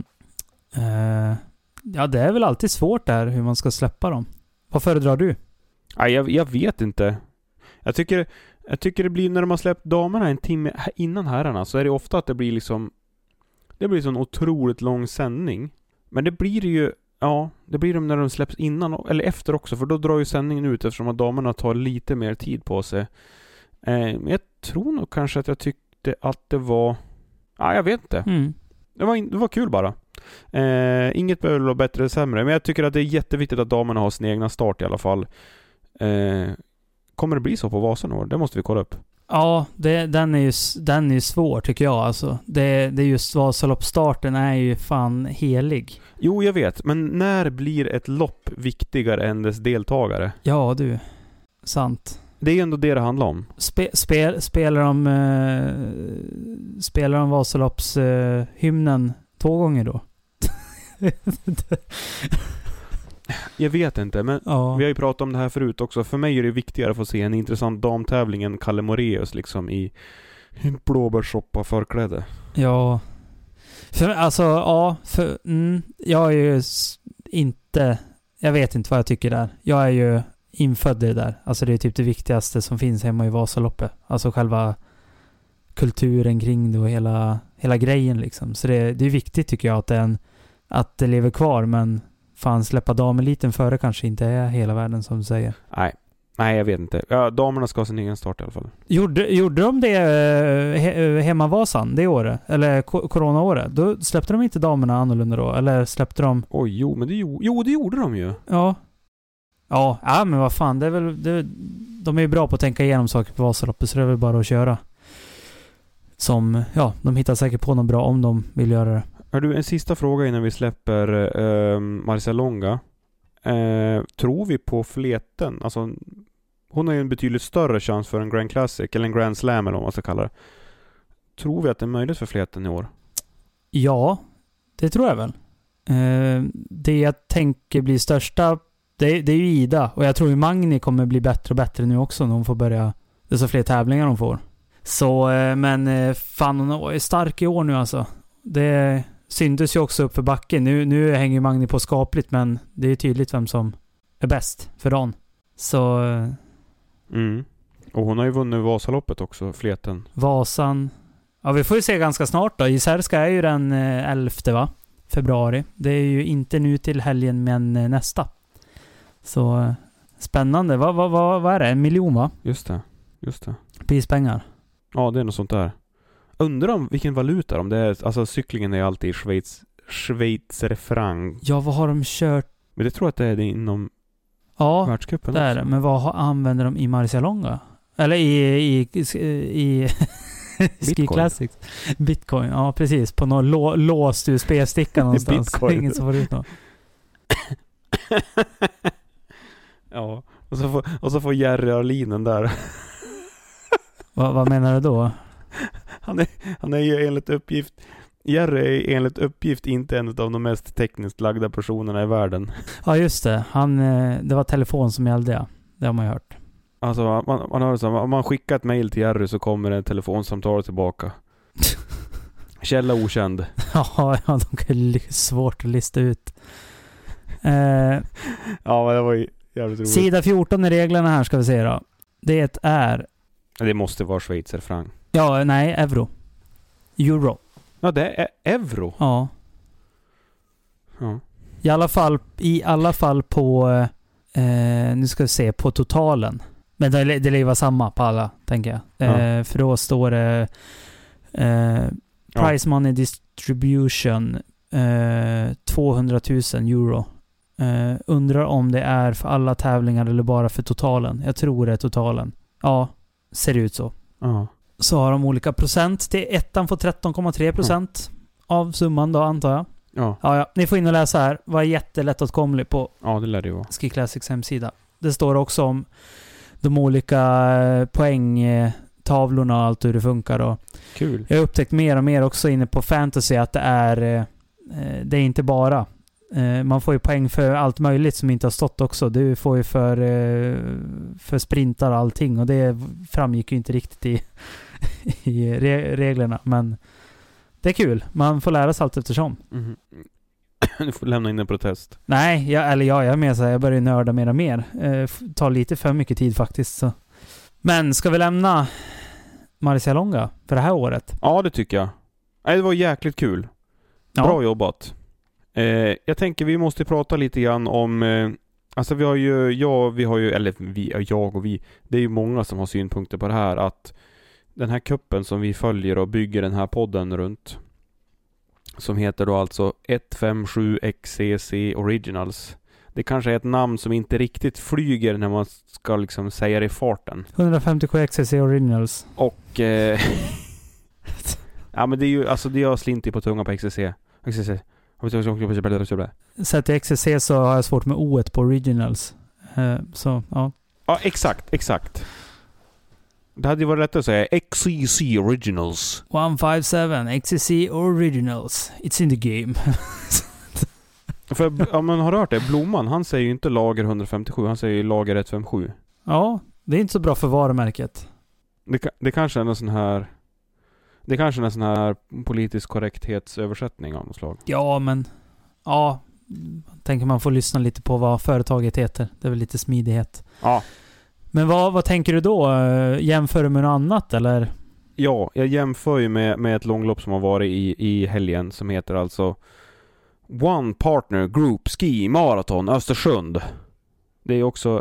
Ja, det är väl alltid svårt där hur man ska släppa dem. Vad föredrar du? Jag vet inte. Jag tycker det blir, när de har släppt damerna en timme innan herrarna, så är det ofta att det blir liksom... Det blir en otroligt lång sändning. Men det blir det ju... Ja, det blir de när de släpps innan eller efter också. För då drar ju sändningen ut eftersom att damerna tar lite mer tid på sig. Jag tror nog kanske att jag tyckte att det var... Ja, jag vet inte. Det var kul bara. Inget behöver vara bättre eller sämre. Men jag tycker att det är jätteviktigt att damerna har sin egna start i alla fall. Kommer det bli så på Vasan år? Det måste vi kolla upp. Ja, den är ju svår tycker jag. Alltså. Det är just Vasaloppsstarten är ju fan helig. Jo, jag vet. Men när blir ett lopp viktigare än dess deltagare? Ja, du. Sant. Det är ju ändå det handlar om. Spelar de Vasaloppshymnen 2 gånger då? Jag vet inte, men vi har ju pratat om det här förut också. För mig är det viktigare att få se en intressant damtävling än Kalle Moraeus liksom i blåbärssoppa förkläde. Ja. Jag är ju inte... Jag vet inte vad jag tycker där. Jag är ju infödd i det där. Alltså det är typ det viktigaste som finns hemma i Vasaloppet. Alltså själva kulturen kring det och hela grejen liksom. Så det är viktigt tycker jag att det lever kvar, men fan släppa dameliten före kanske inte är hela världen som du säger. Nej, jag vet inte. Ja, damerna ska ha sin egen start i alla fall. Gjorde de det hemma Vasan det året? Eller coronaåret? Då släppte de inte damerna annorlunda då? Eller släppte de... det gjorde de ju. Ja. Ja, men vad fan. Det är väl, de är ju bra på att tänka igenom saker på Vasaloppet, så det är väl bara att köra. De hittar säkert på något bra om de vill göra det. Har du en sista fråga innan vi släpper Marcialonga? Tror vi på Fleten? Alltså, hon har ju en betydligt större chans för en Grand Classic eller en Grand Slam eller vad man ska kalla det. Tror vi att det är möjligt för Fleten i år? Ja, det tror jag väl. Det jag tänker blir största, det är ju Ida. Och jag tror ju Magni kommer bli bättre och bättre nu också när hon får börja. Det är så fler tävlingar hon får. Så, men fan, hon är stark i år nu alltså. syntes ju också upp för backen. Nu hänger Magni på skapligt, men det är tydligt vem som är bäst för dagen. Så... Och hon har ju vunnit Vasaloppet också, Fleten. Vasan. Ja, vi får ju se ganska snart då. Isärska är ju den 11 februari. Det är ju inte nu till helgen, men nästa. Så spännande. Vad är det? 1 miljon, va? Just det. Prispengar. Ja, det är något sånt där. Undrar om vilken valuta om det är. Alltså cyklingen är alltid i schweizerfranc. Ja, vad har de kört? Men det tror jag att det är inom världscupen det är det. Men vad använder de i Marcialonga? Eller i Ski Classics. Bitcoin, ja precis. På någon låst USB-sticka någonstans. Bitcoin. Ingen som får ut något. Ja, och så får Jerry Arlinen där. Vad menar du då? Han är ju enligt uppgift... Jerry är enligt uppgift inte en av de mest tekniskt lagda personerna i världen. Ja, just det. Det var telefon som gällde, ja. Det har man ju hört. Alltså, man hör så, om man skickar ett mejl till Jerry så kommer ett telefonsamtal tillbaka. Källa okänd. Ja, de kan ju svårt att lista ut. Ja, men det var ju jävligt roligt. Sida 14 i reglerna här ska vi se då. Det är... Det måste vara schweizerfranc. Ja, nej, euro. Ja, det är euro. Ja. Ja. I alla fall på nu ska vi se på totalen. Men det lär ju vara samma på alla, tänker jag. För då står det price money distribution 200 000 euro. Undrar om det är för alla tävlingar eller bara för totalen. Jag tror det är totalen. Ja, ser ut så. Ja. Så har de olika procent. Till ettan får 13,3% av summan då, antar jag. Ja. Ni får in och läsa här. Var jättelätt åtkomlig på det lär det vara. Ski Classics hemsida. Det står också om de olika poängtavlorna och allt hur det funkar. Och kul. jag har upptäckt mer och mer också inne på fantasy att det är inte bara man får ju poäng för allt möjligt som inte har stått också. Du får ju för sprintar och allting, och det framgick ju inte riktigt i reglerna, men det är kul. Man får lära sig allt eftersom. Du får lämna in en protest. Nej, jag är med så här, jag börjar nörda mer och mer. Tar lite för mycket tid faktiskt. Så. Men ska vi lämna Marcialonga för det här året? Ja, det tycker jag. Nej, det var jäkligt kul. Bra jobbat. Jag tänker vi måste prata lite grann om alltså jag och vi, det är ju många som har synpunkter på det här, att den här kuppen som vi följer och bygger den här podden runt, som heter då alltså 157XCC Originals. Det kanske är ett namn som inte riktigt flyger när man ska liksom säga det i farten. 157XCC Originals. Och ja, men det är ju alltså det har slintit på tunga på XCC. Så till XCC så har jag svårt med O-et på Originals. Så, ja. Ja, exakt. Det hade ju varit lätt att säga XCC Originals. 157 XCC Originals. It's in the game. För om man har hört det, Blomman, han säger ju inte lager 157, han säger lager 157. Ja, det är inte så bra för varumärket. Det kanske är en sån här... Det kanske är en sån här politisk korrekthetsöversättning av något slag. Ja, men... Ja, tänker man får lyssna lite på vad företaget heter. Det är väl lite smidighet. Ja. Men vad tänker du då? Jämför du med något annat, eller? Ja, jag jämför ju med ett långlopp som har varit i helgen som heter alltså One Partner Group Ski Marathon Östersund. Det är också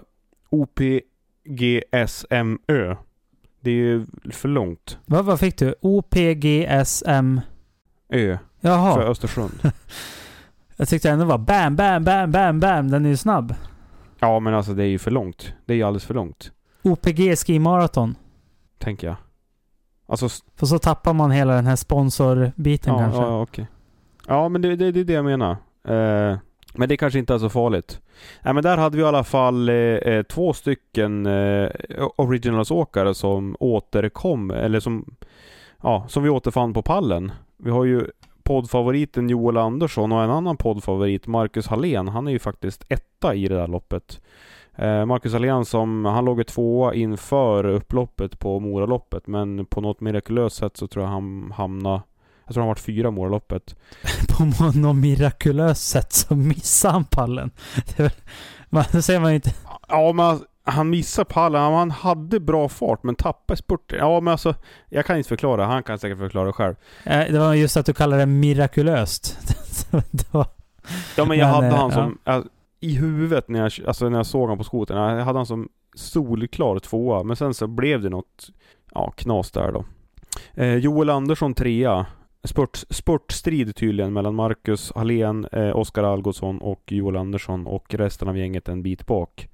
OPGSMÖ. Det är ju för långt. Vad fick du? OPGSM Ö. Jaha. För Östersund. Jag tyckte ändå var bam, bam, bam, bam, bam. Den är ju snabb. Ja, men alltså det är ju för långt. Det är ju alldeles för långt. OPG Ski Marathon. Tänker jag. Alltså... För så tappar man hela den här sponsorbiten kanske. Ja, okej. Ja, men det är det jag menar. Men det kanske inte är så farligt. Nej, men där hade vi i alla fall 2 stycken originalsåkare som återkom, eller som vi återfann på pallen. Vi har ju poddfavoriten Joel Andersson och en annan poddfavorit, Marcus Hallén. Han är ju faktiskt etta i det där loppet. Marcus Hallén han låg 2 inför upploppet på Moraloppet, men på något mirakulöst sätt så tror jag han hamnade Jag tror han varit 4 målloppet. På något mirakulöst sätt så missar han pallen. Det ser man ju inte. Ja, men han missar pallen. Han hade bra fart men tappade spurten. Ja, men alltså, jag kan inte förklara. Han kan säkert förklara det själv. Det var just att du kallar det mirakulöst. Ja, men jag hade han som... I huvudet när jag såg han på skotern. Jag hade han som solklar 2:a. Men sen så blev det något knas där då. Joel Andersson 3:a. Spurtstrid tydligen mellan Marcus Hallén, Oskar Algotsson och Joel Andersson, och resten av gänget en bit bak.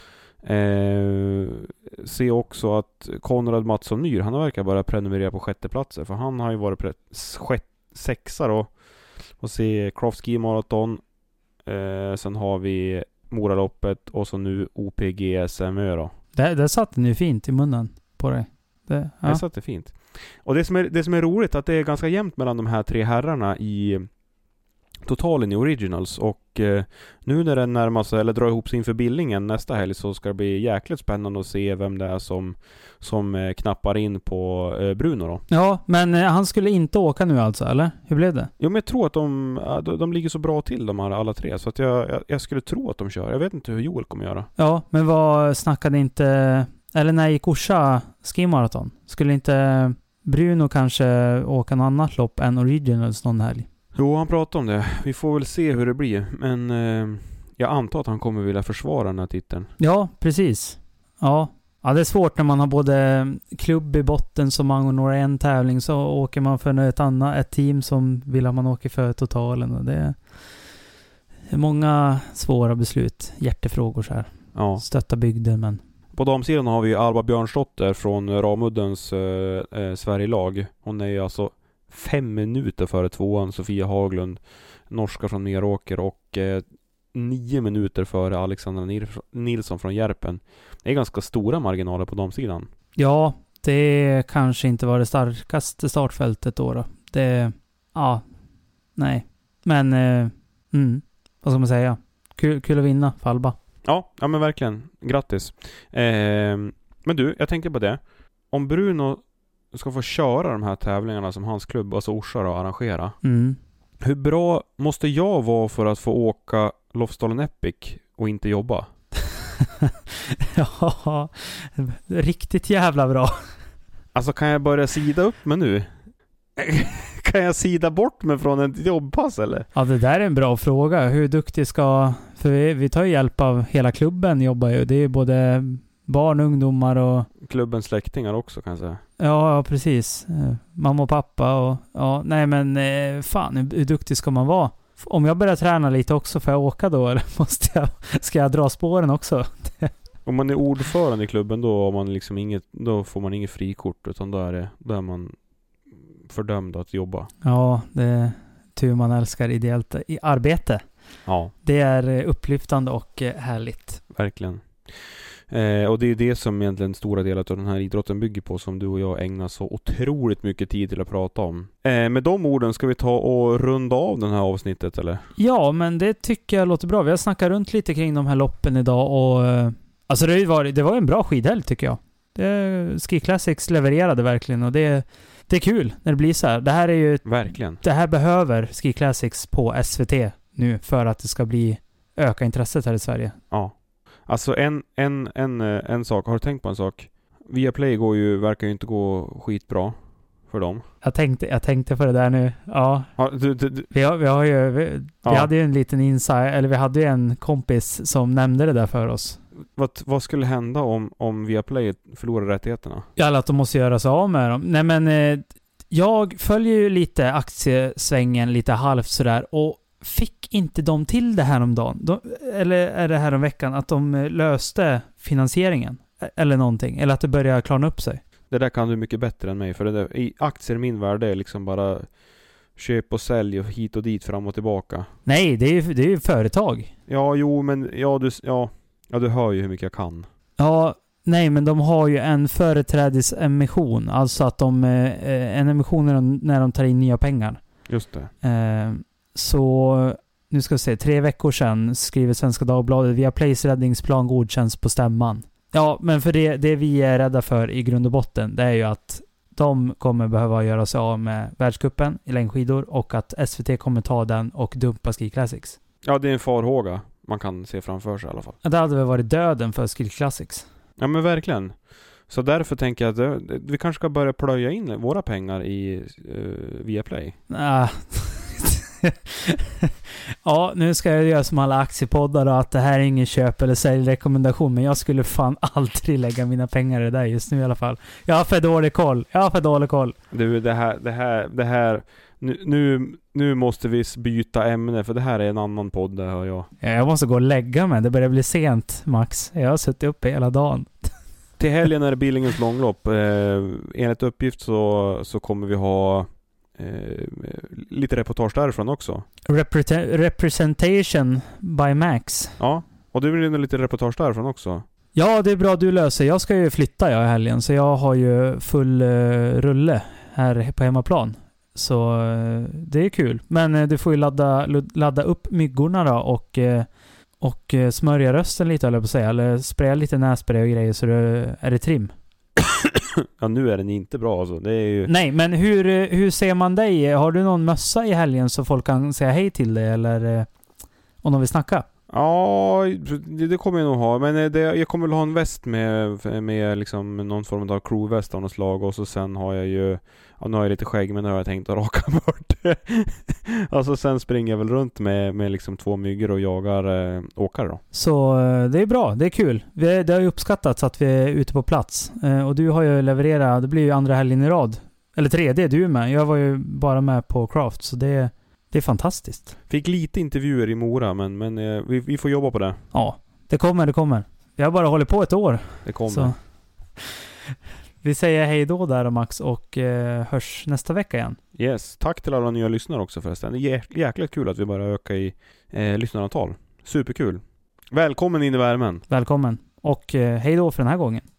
Se också att Konrad Mattsson Nyr, han verkar bara prenumerera på 6:e platser, för han har ju varit 6:a då. Och se Craft Ski Marathon, sen har vi Moraloppet och så nu OPG SMÖ då. Det satt den ju fint i munnen på dig. Det satt det fint. Och det som är roligt att det är ganska jämnt mellan de här 3 herrarna i totalen i Originals, och nu när den närmar sig eller drar ihop sig inför Billingen nästa helg, så ska det bli jäkligt spännande att se vem det är som knappar in på Bruno då. Ja, men han skulle inte åka nu alltså, eller? Hur blev det? Jo, men jag tror att de ligger så bra till de här alla 3, så att jag skulle tro att de kör. Jag vet inte hur Joel kommer göra. Ja, men vad snackade inte... Eller när gick Orsa skimaraton? Skulle inte Bruno kanske åka något annat lopp än Originals någon helg? Jo, han pratar om det. Vi får väl se hur det blir. Men jag antar att han kommer vilja försvara den här titeln. Ja, precis. Ja, det är svårt när man har både klubb i botten som man når en tävling, så åker man för ett team som vill att man åker för totalen. Och det är många svåra beslut, hjärtefrågor så här. Ja. Stötta bygden, men... På damsidan har vi Alba Björnsdotter från Ramuddens Sverigelag. Hon är ju alltså 5 minuter före 2:an Sofia Haglund, norska från Meråker, och 9 minuter före Alexandra Nilsson från Järpen. Det är ganska stora marginaler på damsidan. Ja, det kanske inte var det starkaste startfältet då. Det... Ja, nej. Men, vad ska man säga? Kul att vinna för Alba. Ja, men verkligen. Grattis. Men du, jag tänkte på det. Om Bruno ska få köra de här tävlingarna som hans klubb, alltså Orsa då, arrangera. Hur bra måste jag vara för att få åka Lofsdalen Epic och inte jobba? Ja, riktigt jävla bra. Alltså, kan jag börja sida upp med nu? Kan jag sida bort mig från ett jobbpass eller? Ja, det där är en bra fråga. Hur duktig ska... För vi tar ju hjälp av hela klubben, jobbar ju. Det är både barn, ungdomar och... Klubbens släktingar också, kan jag säga. Ja, precis. Mamma och pappa och... Ja, nej men fan, hur duktig ska man vara? Om jag börjar träna lite också, får jag åka då? Eller ska jag dra spåren också? Om man är ordförande i klubben då, har man liksom då får man inget frikort, utan då är man fördömd att jobba. Ja, det är tur man älskar ideellt i arbete. Ja. Det är upplyftande och härligt. Verkligen. Och det är det som egentligen stora delar av den här idrotten bygger på, som du och jag ägnar så otroligt mycket tid till att prata om. Med de orden ska vi ta och runda av den här avsnittet, eller? Ja, men det tycker jag låter bra. Vi har snackat runt lite kring de här loppen idag, och alltså det var en bra skidhelg tycker jag. Ski Classics levererade verkligen, och det är kul när det blir så här. Det här är ju... Verkligen. Det här behöver Ski Classics på SVT nu för att det ska öka intresset här i Sverige. Ja. Alltså en sak, har du tänkt på en sak? Viaplay verkar ju inte gå skitbra för dem. Jag tänkte på det där nu. Ja. Vi hade ju en liten insight, eller vi hade ju en kompis som nämnde det där för oss. Vad skulle hända om Viaplay förlorar rättigheterna? Ja, att de måste göra sig av med dem. Nej, men jag följer ju lite aktiesvängen lite halvt sådär, och fick inte de till det här om dagen? Eller är det här om veckan att de löste finansieringen? Eller någonting? Eller att det börjar klarna upp sig? Det där kan du mycket bättre än mig. För det där, i aktier, min värld är liksom bara köp och sälj och hit och dit, fram och tillbaka. Nej, det är ju företag. Ja, jo, men du hör ju hur mycket jag kan. Ja, nej, men de har ju en företrädesemission. Alltså att en emission när de tar in nya pengar. Just det. Så nu ska vi se, 3 veckor sedan skriver Svenska Dagbladet: Viaplays räddningsplan godkänns på stämman. Ja, men för det vi är rädda för i grund och botten, det är ju att de kommer behöva göra sig av med världscupen i längdskidor och att SVT kommer ta den och dumpa Ski Classics. Ja, det är en farhåga man kan se framför sig i alla fall. Det hade väl varit döden för Ski Classics. Ja, men verkligen. Så därför tänker jag att vi kanske ska börja plöja in våra pengar i Viaplay. Ja, nu ska jag göra som alla aktiepoddar och att det här är ingen köp- eller säljrekommendation, men jag skulle fan aldrig lägga mina pengar i det där just nu i alla fall. Jag har för dålig koll. Du, det här nu måste vi byta ämne, för det här är en annan podd, det hör jag. Ja, jag måste gå och lägga mig. Det börjar bli sent, Max. Jag har suttit uppe hela dagen. Till helgen är det Billingens långlopp. Enligt uppgift så kommer vi ha lite reportage därifrån också. Representation by Max. Ja, och du vill lite reportage därifrån också. Ja, det är bra du löser. Jag ska ju flytta i helgen, så jag har ju full rulle här på hemmaplan. Så det är kul. Men du får ju ladda upp myggorna då och smörja rösten lite, eller på att säga, eller spraya lite nässpray och grejer, så är det trim. Ja, nu är den inte bra alltså. Det är ju... Nej, men hur ser man dig? Har du någon mössa i helgen så folk kan säga hej till dig, eller om de vill snacka? Ja, det kommer jag nog ha. Men jag kommer väl ha en väst med liksom någon form av crewväst av något slag. Och så sen har jag ju... Ja, nu har jag lite skägg, men nu har jag tänkt att raka bort. Alltså sen springer jag väl runt med liksom 2 myggor och jagar åkare då. Så det är bra, det är kul. Det har ju uppskattats att vi är ute på plats. Och du har ju levererat, det blir ju andra helgen i rad. Eller 3D, du är med. Jag var ju bara med på Craft, så det är fantastiskt. Fick lite intervjuer i Mora, men vi får jobba på det. Ja, det kommer. Jag har bara hållit på ett år. Det kommer. Så. Vi säger hej då där, Max, och hörs nästa vecka igen. Yes, tack till alla nya lyssnare också förresten. Det är jäkligt kul att vi börjar öka i lyssnarantal. Superkul. Välkommen in i värmen. Välkommen. Och hej då för den här gången.